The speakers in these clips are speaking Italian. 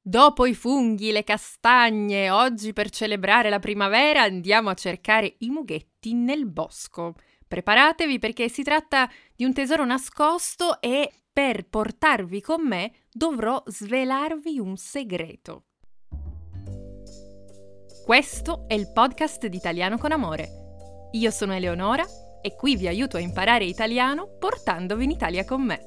Dopo i funghi, le castagne, oggi per celebrare la primavera andiamo a cercare i mughetti nel bosco. Preparatevi perché si tratta di un tesoro nascosto e per portarvi con me dovrò svelarvi un segreto. Questo è il podcast di Italiano con Amore. Io sono Eleonora e qui vi aiuto a imparare italiano portandovi in Italia con me.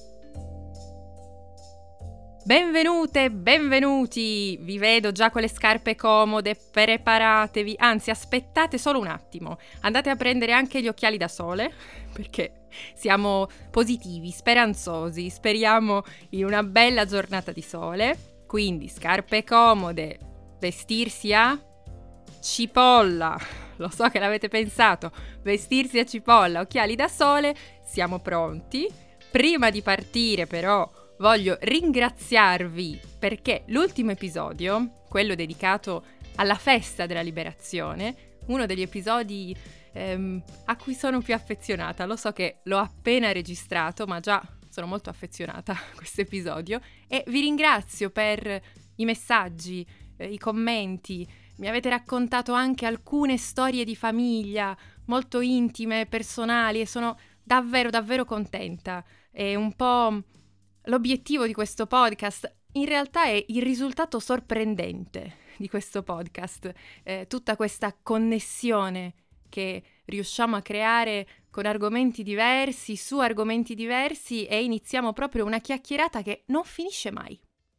Benvenute, benvenuti! Vi vedo già con le scarpe comode, preparatevi, anzi aspettate solo un attimo, andate a prendere anche gli occhiali da sole, perché siamo positivi, speranzosi, speriamo in una bella giornata di sole, quindi scarpe comode, vestirsi a cipolla, lo so che l'avete pensato, vestirsi a cipolla, occhiali da sole, siamo pronti. Prima di partire però voglio ringraziarvi perché l'ultimo episodio, quello dedicato alla festa della liberazione, uno degli episodi a cui sono più affezionata, lo so che l'ho appena registrato, ma già sono molto affezionata a questo episodio e vi ringrazio per i messaggi, i commenti, mi avete raccontato anche alcune storie di famiglia molto intime, personali e sono davvero contenta. È un po' l'obiettivo di questo podcast, in realtà è il risultato sorprendente di questo podcast, tutta questa connessione che riusciamo a creare con argomenti diversi, su argomenti diversi e iniziamo proprio una chiacchierata che non finisce mai.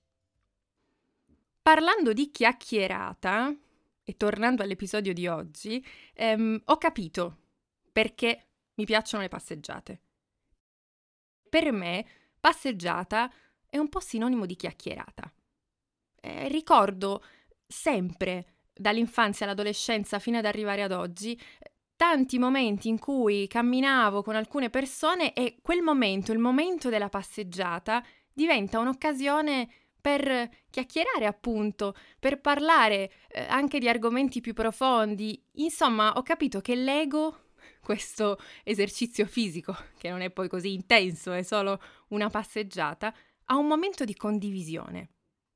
Parlando di chiacchierata, e tornando all'episodio di oggi, ho capito perché mi piacciono le passeggiate. Per me passeggiata è un po' sinonimo di chiacchierata. Ricordo sempre, dall'infanzia all'adolescenza fino ad arrivare ad oggi, tanti momenti in cui camminavo con alcune persone e quel momento, il momento della passeggiata, diventa un'occasione per chiacchierare appunto, per parlare anche di argomenti più profondi. Insomma, ho capito che l'ego, questo esercizio fisico, che non è poi così intenso, è solo una passeggiata, ha un momento di condivisione.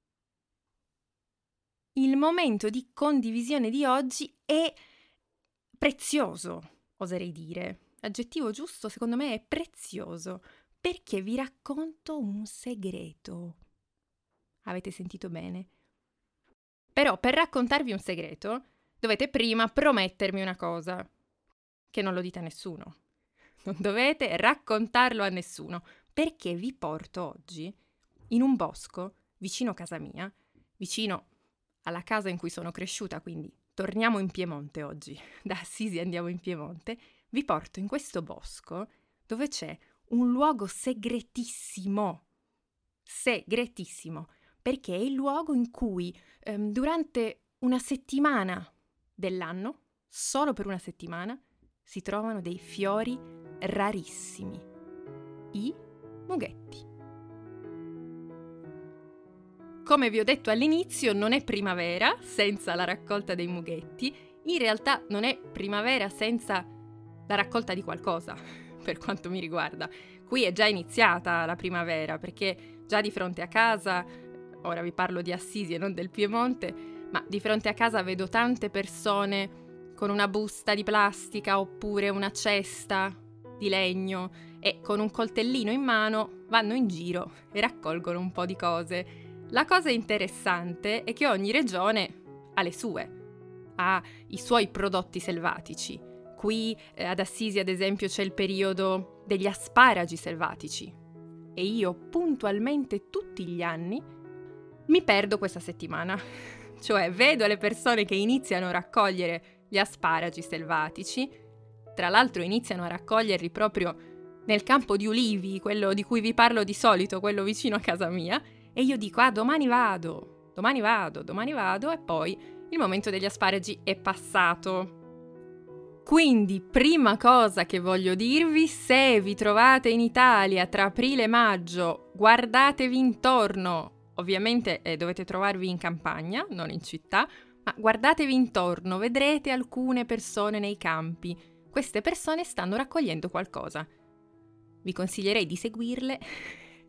Il momento di condivisione di oggi è prezioso, oserei dire. L'aggettivo giusto secondo me è prezioso, perché vi racconto un segreto. Avete sentito bene? Però per raccontarvi un segreto dovete prima promettermi una cosa, che non lo dite a nessuno. Non dovete raccontarlo a nessuno, perché vi porto oggi in un bosco vicino a casa mia, vicino alla casa in cui sono cresciuta, quindi torniamo in Piemonte oggi, da Assisi andiamo in Piemonte, vi porto in questo bosco dove c'è un luogo segretissimo, perché è il luogo in cui durante una settimana dell'anno, solo per una settimana, si trovano dei fiori rarissimi, i mughetti. Come vi ho detto all'inizio, non è primavera senza la raccolta dei mughetti, in realtà non è primavera senza la raccolta di qualcosa, per quanto mi riguarda. Qui è già iniziata la primavera, perché già di fronte a casa, ora vi parlo di Assisi e non del Piemonte, ma di fronte a casa vedo tante persone con una busta di plastica oppure una cesta di legno e con un coltellino in mano vanno in giro e raccolgono un po' di cose. La cosa interessante è che ogni regione ha le sue, ha i suoi prodotti selvatici. Qui ad Assisi, ad esempio, c'è il periodo degli asparagi selvatici e io puntualmente tutti gli anni mi perdo questa settimana. Cioè vedo le persone che iniziano a raccogliere gli asparagi selvatici, tra l'altro iniziano a raccoglierli proprio nel campo di ulivi, quello di cui vi parlo di solito, quello vicino a casa mia, e io dico, domani vado, e poi il momento degli asparagi è passato. Quindi, prima cosa che voglio dirvi, se vi trovate in Italia tra aprile e maggio, guardatevi intorno. Ovviamente dovete trovarvi in campagna, non in città, ma guardatevi intorno, vedrete alcune persone nei campi. Queste persone stanno raccogliendo qualcosa. Vi consiglierei di seguirle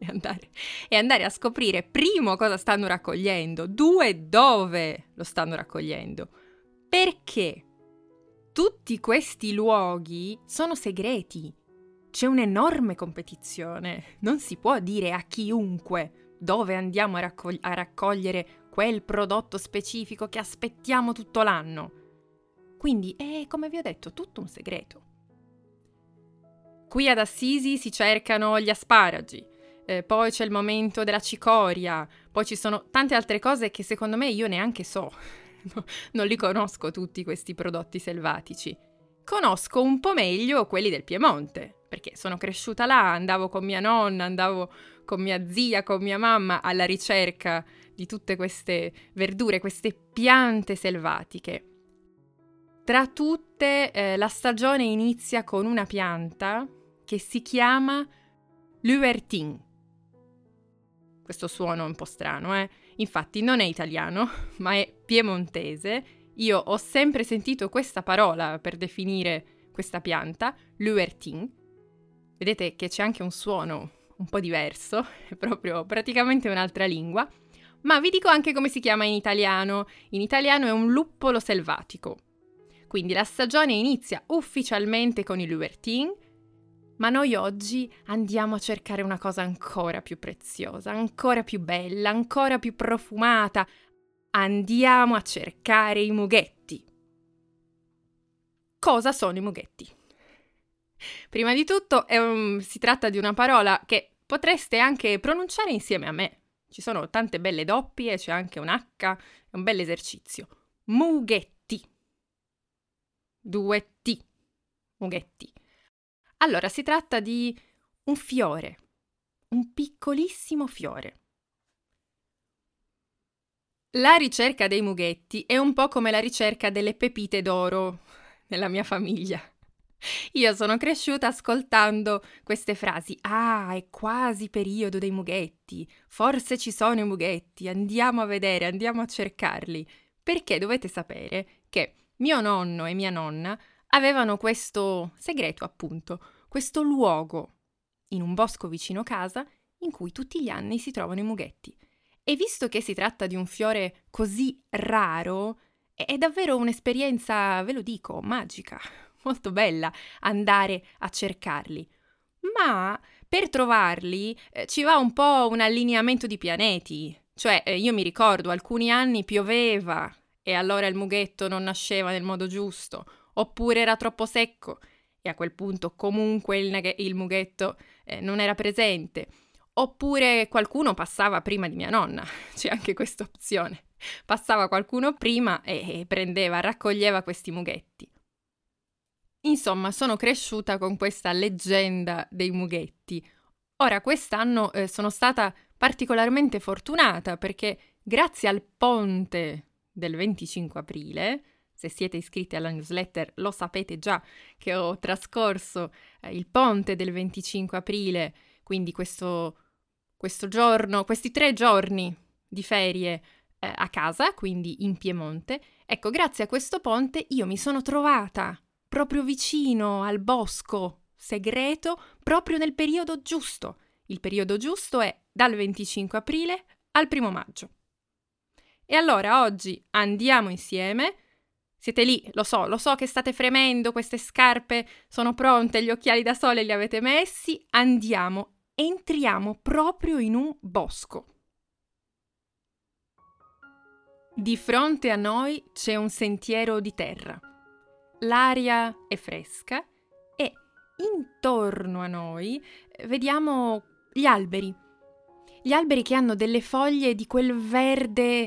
e andare a scoprire, primo, cosa stanno raccogliendo, due, dove lo stanno raccogliendo. Perché tutti questi luoghi sono segreti. C'è un'enorme competizione. Non si può dire a chiunque dove andiamo a raccogliere quel prodotto specifico che aspettiamo tutto l'anno. Quindi è, come vi ho detto, tutto un segreto. Qui ad Assisi si cercano gli asparagi, poi c'è il momento della cicoria, poi ci sono tante altre cose che secondo me io neanche so. Non li conosco tutti questi prodotti selvatici. Conosco un po' meglio quelli del Piemonte, perché sono cresciuta là, andavo con mia nonna, andavo con mia zia, con mia mamma alla ricerca di tutte queste verdure, queste piante selvatiche. Tra tutte, la stagione inizia con una pianta che si chiama l'Uertin. Questo suono è un po' strano, Infatti non è italiano, ma è piemontese. Io ho sempre sentito questa parola per definire questa pianta, l'Uertin. Vedete che c'è anche un suono un po' diverso, è proprio praticamente un'altra lingua. Ma vi dico anche come si chiama in italiano. In italiano è un luppolo selvatico. Quindi la stagione inizia ufficialmente con il Uertin, ma noi oggi andiamo a cercare una cosa ancora più preziosa, ancora più bella, ancora più profumata. Andiamo a cercare i mughetti. Cosa sono i mughetti? Prima di tutto si tratta di una parola che potreste anche pronunciare insieme a me. Ci sono tante belle doppie, c'è anche un H, è un bel esercizio. Mughetti. 2 T. Mughetti. Allora, si tratta di un fiore, un piccolissimo fiore. La ricerca dei mughetti è un po' come la ricerca delle pepite d'oro nella mia famiglia. Io sono cresciuta ascoltando queste frasi. Ah, è quasi periodo dei mughetti. Forse ci sono i mughetti. Andiamo a vedere, andiamo a cercarli. Perché dovete sapere che mio nonno e mia nonna avevano questo segreto, appunto, questo luogo in un bosco vicino casa in cui tutti gli anni si trovano i mughetti. E visto che si tratta di un fiore così raro, è davvero un'esperienza, ve lo dico, magica, molto bella andare a cercarli. Ma per trovarli ci va un po' un allineamento di pianeti. Cioè, io mi ricordo, alcuni anni pioveva e allora il mughetto non nasceva nel modo giusto, oppure era troppo secco e a quel punto comunque il mughetto non era presente. Oppure qualcuno passava prima di mia nonna, c'è anche questa opzione. Passava qualcuno prima e raccoglieva questi mughetti. Insomma, sono cresciuta con questa leggenda dei mughetti. Ora, quest'anno sono stata particolarmente fortunata perché grazie al ponte del 25 aprile, se siete iscritti alla newsletter lo sapete già che ho trascorso il ponte del 25 aprile, quindi questo giorno, questi 3 giorni di ferie a casa, quindi in Piemonte. Ecco, grazie a questo ponte io mi sono trovata proprio vicino al bosco segreto, proprio nel periodo giusto. Il periodo giusto è dal 25 aprile al 1 maggio. E allora oggi andiamo insieme. Siete lì, lo so che state fremendo, queste scarpe sono pronte, gli occhiali da sole li avete messi. Entriamo proprio in un bosco. Di fronte a noi c'è un sentiero di terra. L'aria è fresca e intorno a noi vediamo gli alberi che hanno delle foglie di quel verde,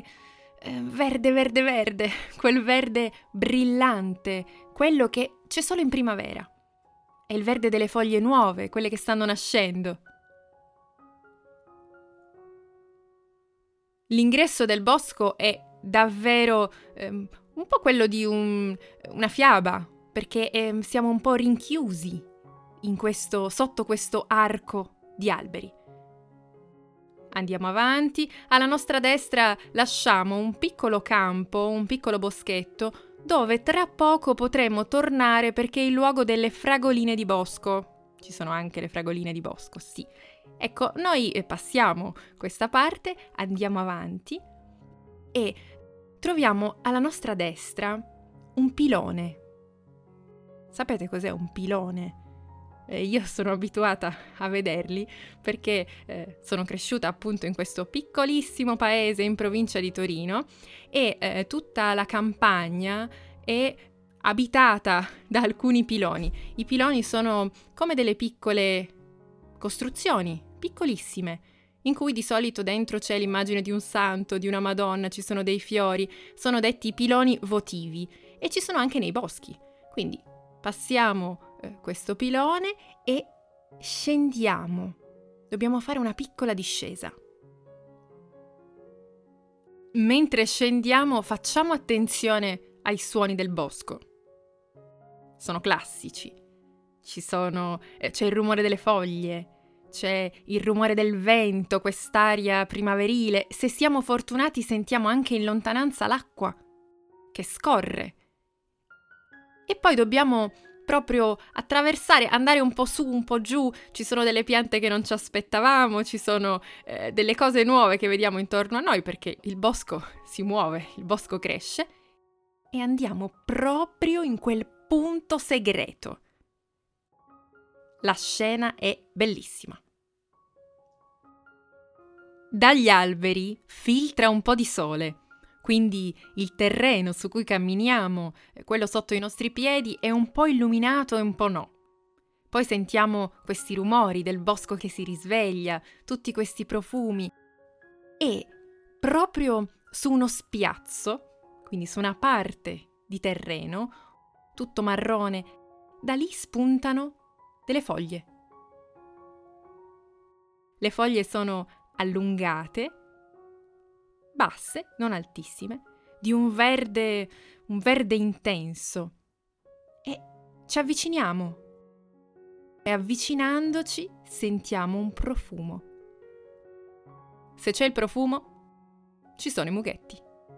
quel verde brillante, quello che c'è solo in primavera. È il verde delle foglie nuove, quelle che stanno nascendo. L'ingresso del bosco è davvero un po' quello di una fiaba, perché siamo un po' rinchiusi sotto questo arco di alberi. Andiamo avanti, alla nostra destra lasciamo un piccolo campo, un piccolo boschetto, dove tra poco potremo tornare perché è il luogo delle fragoline di bosco. Ci sono anche le fragoline di bosco, sì. Ecco, noi passiamo questa parte, andiamo avanti e troviamo alla nostra destra un pilone. Sapete cos'è un pilone? Io sono abituata a vederli perché sono cresciuta appunto in questo piccolissimo paese in provincia di Torino e tutta la campagna è abitata da alcuni piloni. I piloni sono come delle piccole costruzioni, piccolissime, in cui di solito dentro c'è l'immagine di un santo, di una Madonna, ci sono dei fiori, sono detti piloni votivi e ci sono anche nei boschi. Quindi passiamo questo pilone e scendiamo. Dobbiamo fare una piccola discesa. Mentre scendiamo facciamo attenzione ai suoni del bosco. Sono classici. C'è il rumore delle foglie, c'è il rumore del vento, quest'aria primaverile. Se siamo fortunati sentiamo anche in lontananza l'acqua che scorre. E poi dobbiamo proprio attraversare, andare un po' su, un po' giù, ci sono delle piante che non ci aspettavamo, ci sono delle cose nuove che vediamo intorno a noi perché il bosco si muove, il bosco cresce e andiamo proprio in quel punto segreto. La scena è bellissima. Dagli alberi filtra un po' di sole. Quindi il terreno su cui camminiamo, quello sotto i nostri piedi, è un po' illuminato e un po' no. Poi sentiamo questi rumori del bosco che si risveglia, tutti questi profumi. E proprio su uno spiazzo, quindi su una parte di terreno, tutto marrone, da lì spuntano delle foglie. Le foglie sono allungate, basse, non altissime, di un verde intenso. E ci avviciniamo. E avvicinandoci sentiamo un profumo. Se c'è il profumo, ci sono i mughetti.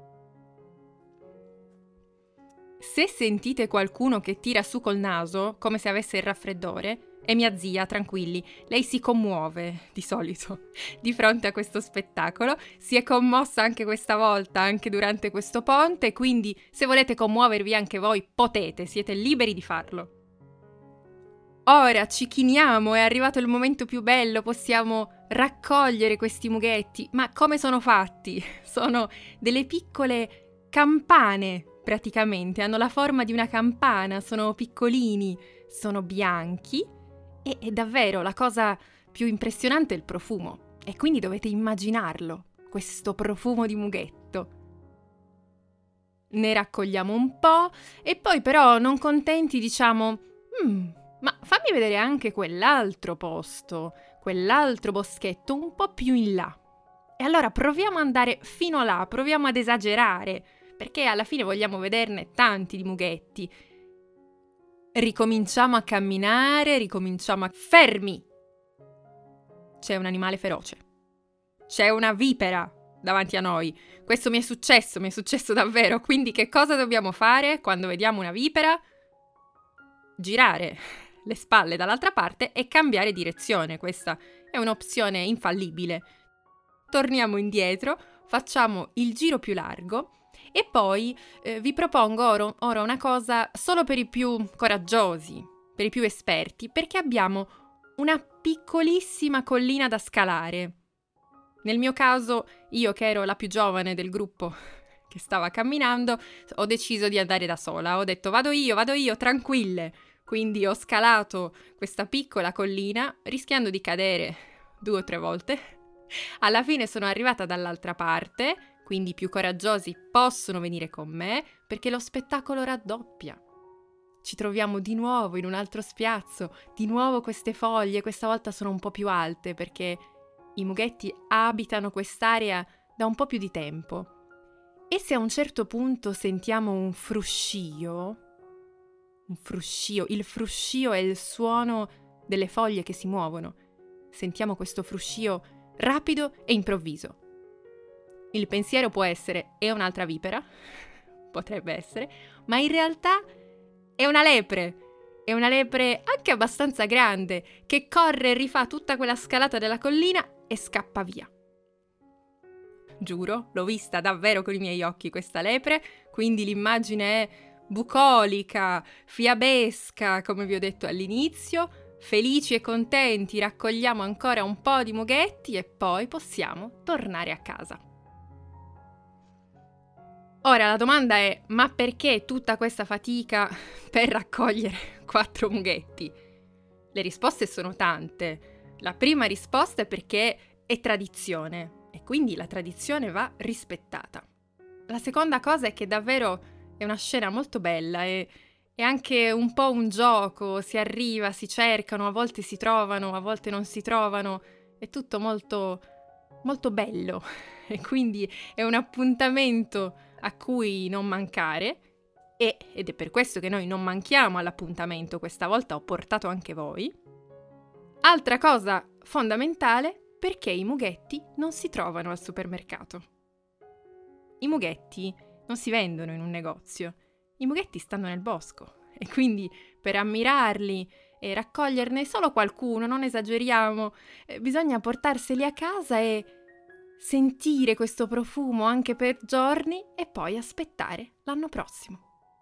Se sentite qualcuno che tira su col naso, come se avesse il raffreddore, è mia zia, tranquilli, lei si commuove, di solito, di fronte a questo spettacolo. Si è commossa anche questa volta, anche durante questo ponte, quindi se volete commuovervi anche voi, potete, siete liberi di farlo. Ora ci chiniamo, è arrivato il momento più bello, possiamo raccogliere questi mughetti. Ma come sono fatti? Sono delle piccole campane, praticamente, hanno la forma di una campana, sono piccolini, sono bianchi. E davvero la cosa più impressionante è il profumo. E quindi dovete immaginarlo, questo profumo di mughetto. Ne raccogliamo un po' e poi però non contenti diciamo ma fammi vedere anche quell'altro posto, quell'altro boschetto un po' più in là. E allora proviamo ad andare fino là, proviamo ad esagerare, perché alla fine vogliamo vederne tanti di mughetti. Ricominciamo a camminare, fermi! C'è un animale feroce. C'è una vipera davanti a noi. Questo mi è successo davvero. Quindi che cosa dobbiamo fare quando vediamo una vipera? Girare le spalle dall'altra parte e cambiare direzione. Questa è un'opzione infallibile. Torniamo indietro, facciamo il giro più largo. E poi vi propongo ora una cosa solo per i più coraggiosi, per i più esperti, perché abbiamo una piccolissima collina da scalare. Nel mio caso, io che ero la più giovane del gruppo che stava camminando, ho deciso di andare da sola. Ho detto vado io, tranquille. Quindi ho scalato questa piccola collina, rischiando di cadere 2 o 3 volte. Alla fine sono arrivata dall'altra parte, quindi i più coraggiosi possono venire con me perché lo spettacolo raddoppia. Ci troviamo di nuovo in un altro spiazzo, di nuovo queste foglie, questa volta sono un po' più alte perché i mughetti abitano quest'area da un po' più di tempo. E se a un certo punto sentiamo un fruscio, il fruscio è il suono delle foglie che si muovono. Sentiamo questo fruscio rapido e improvviso. Il pensiero può essere, è un'altra vipera, potrebbe essere, ma in realtà è una lepre È una lepre anche abbastanza grande, che corre e rifà tutta quella scalata della collina e scappa via. Giuro, l'ho vista davvero con i miei occhi questa lepre, quindi l'immagine è bucolica, fiabesca, come vi ho detto all'inizio. Felici e contenti raccogliamo ancora un po' di mughetti e poi possiamo tornare a casa. Ora la domanda è: ma perché tutta questa fatica per raccogliere 4 mughetti? Le risposte sono tante. La prima risposta è perché è tradizione e quindi la tradizione va rispettata. La seconda cosa è che davvero è una scena molto bella e è anche un po' un gioco, si arriva, si cercano, a volte si trovano, a volte non si trovano, è tutto molto, molto bello e quindi è un appuntamento a cui non mancare ed è per questo che noi non manchiamo all'appuntamento, questa volta ho portato anche voi. Altra cosa fondamentale, perché i mughetti non si trovano al supermercato. I mughetti non si vendono in un negozio, i mughetti stanno nel bosco e quindi per ammirarli e raccoglierne solo qualcuno, non esageriamo, bisogna portarseli a casa e sentire questo profumo anche per giorni e poi aspettare l'anno prossimo.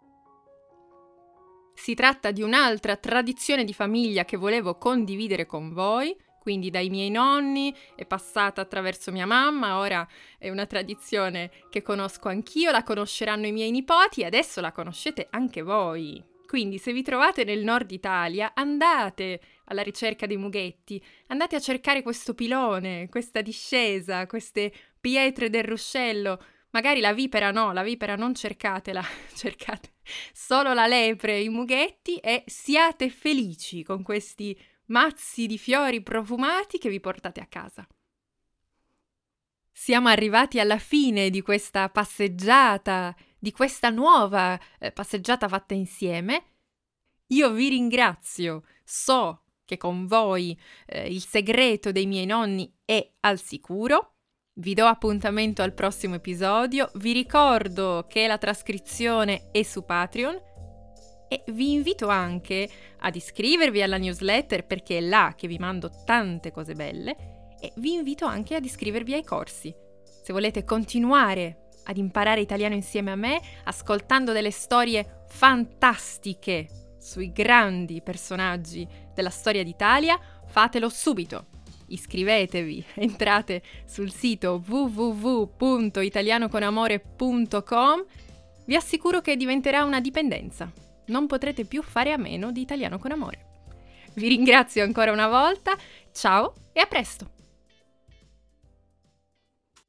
Si tratta di un'altra tradizione di famiglia che volevo condividere con voi, quindi dai miei nonni, è passata attraverso mia mamma, ora è una tradizione che conosco anch'io, la conosceranno i miei nipoti e adesso la conoscete anche voi. Quindi se vi trovate nel nord Italia, andate alla ricerca dei mughetti, andate a cercare questo pilone, questa discesa, queste pietre del ruscello. Magari la vipera no, la vipera non cercatela, cercate solo la lepre, i mughetti e siate felici con questi mazzi di fiori profumati che vi portate a casa. Siamo arrivati alla fine di questa passeggiata, di questa nuova passeggiata fatta insieme. Io vi ringrazio, so che con voi il segreto dei miei nonni è al sicuro. Vi do appuntamento al prossimo episodio, vi ricordo che la trascrizione è su Patreon e vi invito anche ad iscrivervi alla newsletter perché è là che vi mando tante cose belle e vi invito anche ad iscrivervi ai corsi. Se volete continuare ad imparare italiano insieme a me, ascoltando delle storie fantastiche sui grandi personaggi della storia d'Italia, fatelo subito. Iscrivetevi, entrate sul sito www.italianoconamore.com. Vi assicuro che diventerà una dipendenza. Non potrete più fare a meno di Italiano con Amore. Vi ringrazio ancora una volta, ciao e a presto!